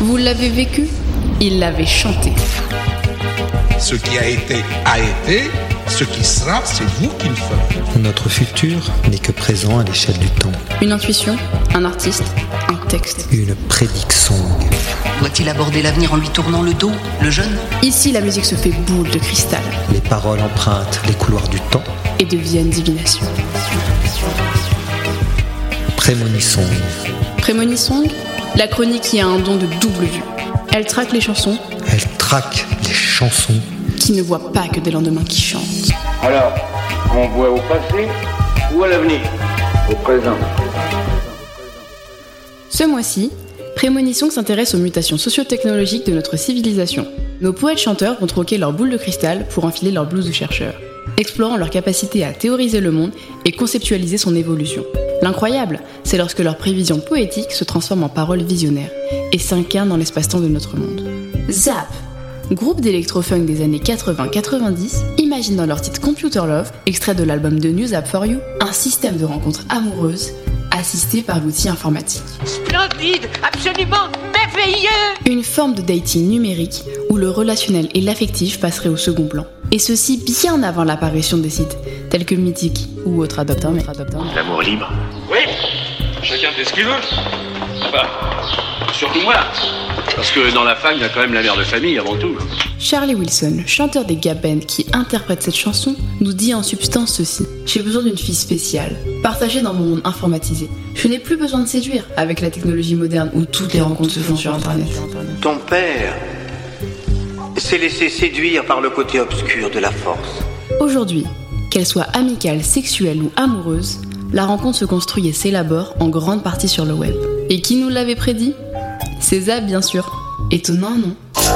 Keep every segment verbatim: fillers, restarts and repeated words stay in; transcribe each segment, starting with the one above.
Vous l'avez vécu, il l'avait chanté. Ce qui a été, a été. Ce qui sera, c'est vous qui le ferez. Notre futur n'est que présent à l'échelle du temps. Une intuition, un artiste, un texte. Une prédiction. Doit-il aborder l'avenir en lui tournant le dos, le jeune ? Ici, la musique se fait boule de cristal. Les paroles empruntent les couloirs du temps. Et deviennent divination. Prémonissons. Prémonissons, la chronique qui a un don de double vue. Elle traque les chansons. Elle traque les chansons. Qui ne voit pas que des lendemains qui chantent. Alors, on voit au passé ou à l'avenir ? Au présent. Ce mois-ci, Prémonition s'intéresse aux mutations socio-technologiques de notre civilisation. Nos poètes-chanteurs vont troquer leur boule de cristal pour enfiler leur blouse de chercheurs, explorant leur capacité à théoriser le monde et conceptualiser son évolution. L'incroyable, c'est lorsque leurs prévisions poétiques se transforment en paroles visionnaires et s'incarnent dans l'espace-temps de notre monde. Zap, groupe d'électro-funk des années quatre-vingts quatre-vingt-dix, imagine dans leur titre Computer Love, extrait de l'album de New Zap for You, un système de rencontres amoureuses assisté par l'outil informatique. Splendide, absolument merveilleux! Une forme de dating numérique où le relationnel et l'affectif passeraient au second plan. Et ceci bien avant l'apparition des sites tels que Mythique ou autres adopteurs. L'amour libre. Oui, chacun fait ce qu'il veut. Enfin, surtout moi. Parce que dans la fac, il y a quand même la mère de famille avant tout. Charlie Wilson, chanteur des Gap Band qui interprète cette chanson, nous dit en substance ceci. J'ai besoin d'une fille spéciale, partagée dans mon monde informatisé. Je n'ai plus besoin de séduire avec la technologie moderne où toutes les rencontres se font sur Internet. Ton père s'est laissé séduire par le côté obscur de la force. Aujourd'hui, qu'elle soit amicale, sexuelle ou amoureuse, la rencontre se construit et s'élabore en grande partie sur le web. Et qui nous l'avait prédit ? C'est Zap, bien sûr. Étonnant, non ?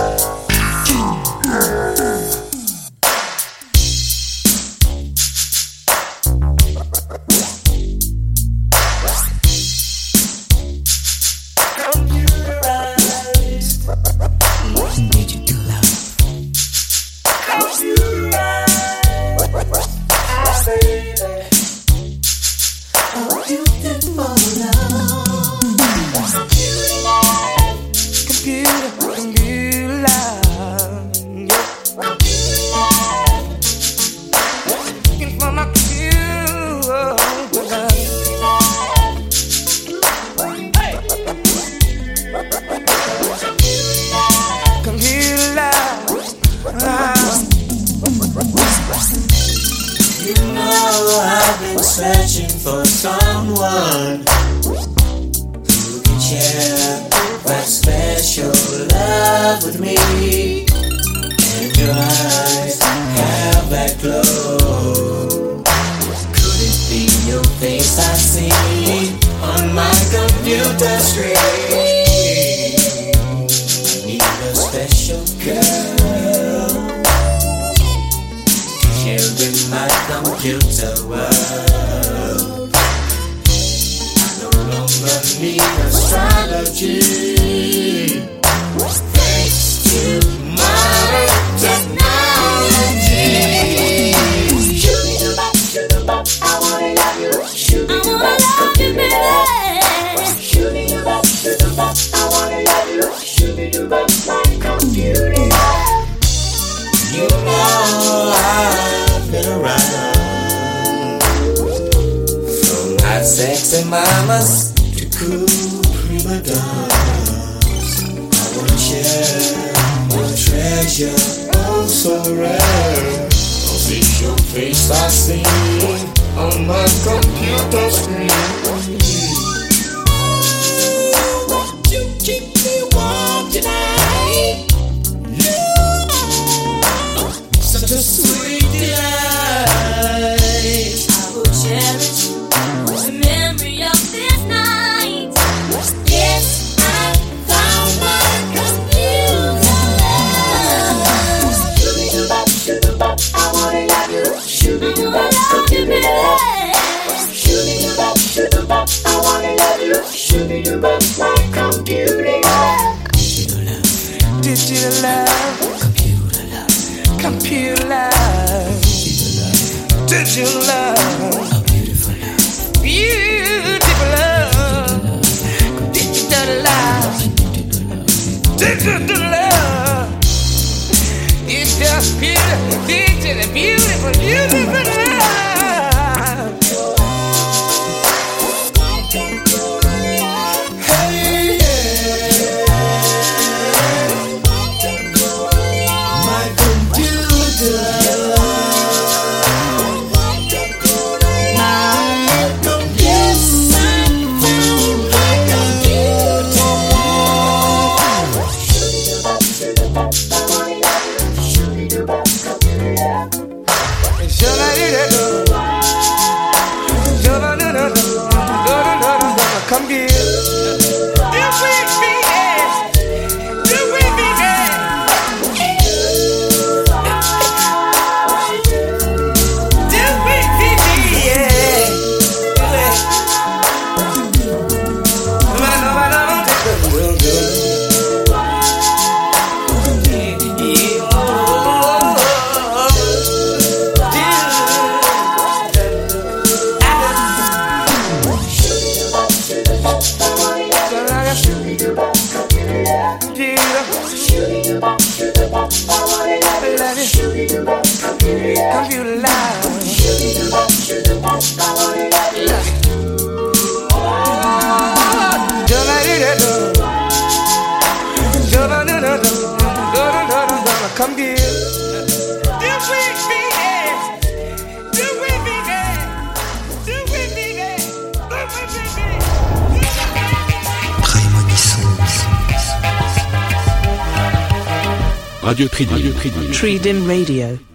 Searching for someone who can share that special love with me. And your eyes have that glow. Could it be your face I see on my computer screen? I need a special girl to share in my computer world. Need astrology. Thanks to modern technology. Shoo-be-doo-bop, shoo-doo-bop, I wanna love you. Shoo-be-doo-bop, computer. Shoo-be-doo-bop, shoo-doo-bop, I wanna love you. Shoo-be-doo-bop, my computer. You know I've been around from hot sexy mamas. Cool prima donnas, I wanna share your treasure, oh so rare. Cause it's your face I see on my computer screen. Won't you keep me warm tonight? Yeah, such a sweet delight. I will cherish the memory of this night. Yes, I found my computer love. Shoo-be-doo-bop, shoo-doo-bop, I wanna love you. Shoo-be-doo-bop, computer. Shoo-be-doo-bop, shoo-doo-bop, I wanna love you. Shoo-be-doo-bop, my computer love. Digital love, computer love, computer love, digital love, a beautiful love, beautiful love. Digital love, beautiful love. It's just beautiful, it's beautiful, beautiful love. Hey, yeah. My computer. Come here. Do with me, yeah. Do with me, yeah. Do with me, yeah. Computer love. Come here. Do with me, yeah. Do with me, yeah. Do with me, yeah. Do with me, yeah. Prémonition. Radio Tridim. Radio Tridim. Tridim Radio.